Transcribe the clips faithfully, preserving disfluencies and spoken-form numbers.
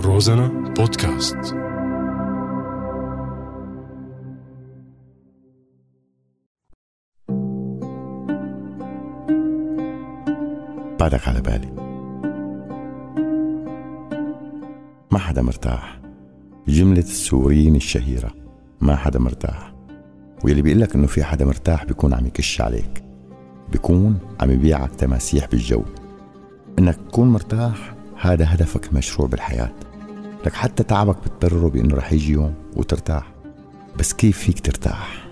روزانا بودكاست. بعدك على بالي. ما حدا مرتاح. جملة السوريين الشهيرة ما حدا مرتاح. واللي بيقلك انه في حدا مرتاح بيكون عم يكش عليك، بيكون عم يبيعك تماسيح بالجو. انك تكون مرتاح هذا هدفك المشروع بالحياة. لك حتى تعبك بتبرره بانه رح يجي يوم وترتاح. بس كيف فيك ترتاح؟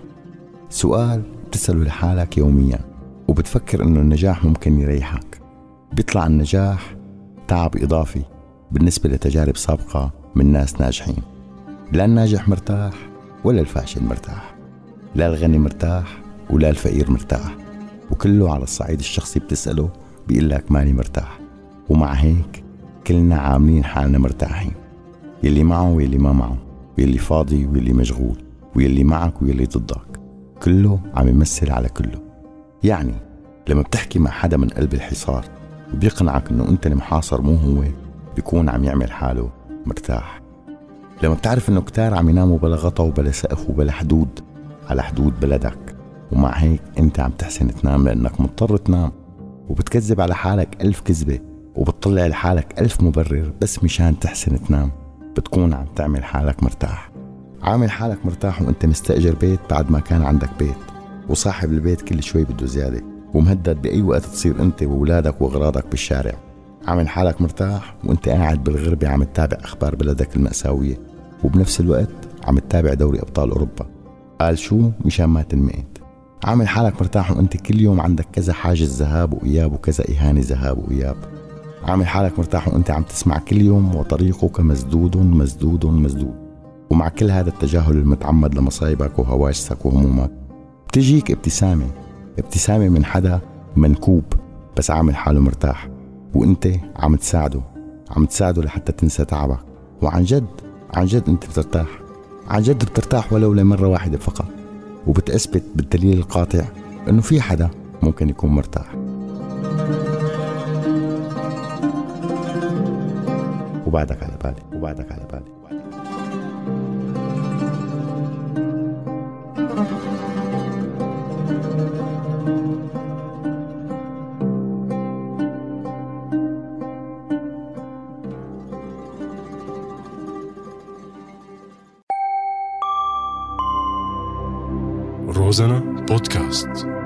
سؤال بتسأله لحالك يوميا وبتفكر انه النجاح ممكن يريحك. بيطلع النجاح تعب إضافي بالنسبة لتجارب سابقة من ناس ناجحين. لا الناجح مرتاح ولا الفاشل مرتاح، لا الغني مرتاح ولا الفقير مرتاح، وكله على الصعيد الشخصي بتسأله بيقول لك ماني مرتاح. ومع هيك كلنا عاملين حالنا مرتاحين، يلي معه ويلي ما معه، ويلي فاضي ويلي مشغول، ويلي معك ويلي ضدك، كله عم يمثل على كله. يعني لما بتحكي مع حدا من قلب الحصار وبيقنعك انه انت المحاصر مو هو، بيكون عم يعمل حاله مرتاح. لما بتعرف انه كتار عم يناموا بلا غطا وبلا سقف وبلا حدود على حدود بلدك، ومع هيك انت عم تحسن تنام لانك مضطر تنام، وبتكذب على حالك ألف كذبة وبتطلع لحالك ألف مبرر بس مشان تحسن تنام، بتكون عم تعمل حالك مرتاح. عامل حالك مرتاح وانت مستأجر بيت بعد ما كان عندك بيت، وصاحب البيت كل شوي بده زيادة، ومهدد بأي وقت تصير انت وولادك واغراضك بالشارع. عامل حالك مرتاح وانت قاعد بالغربة عم تتابع اخبار بلدك المأساوية، وبنفس الوقت عم تتابع دوري ابطال اوروبا. قال شو مشان ما تنمقت. عامل حالك مرتاح وانت كل يوم عندك كذا حاجز ذهاب واياب وكذا اهانة ذهاب واياب. عامل حالك مرتاح وانت عم تسمع كل يوم وطريقك مسدود مسدود مسدود. ومع كل هذا التجاهل المتعمد لمصايبك وهواجسك وهمومك بتجيك ابتسامة، ابتسامة من حدا منكوب بس عامل حاله مرتاح، وانت عم تساعده عم تساعده لحتى تنسى تعبك. وعن جد عن جد انت بترتاح، عن جد بترتاح ولو لمرة واحدة فقط، وبتثبت بالدليل القاطع انه في حدا ممكن يكون مرتاح. وبعدك على بالي وبعدك على بالي روزانا بودكاست.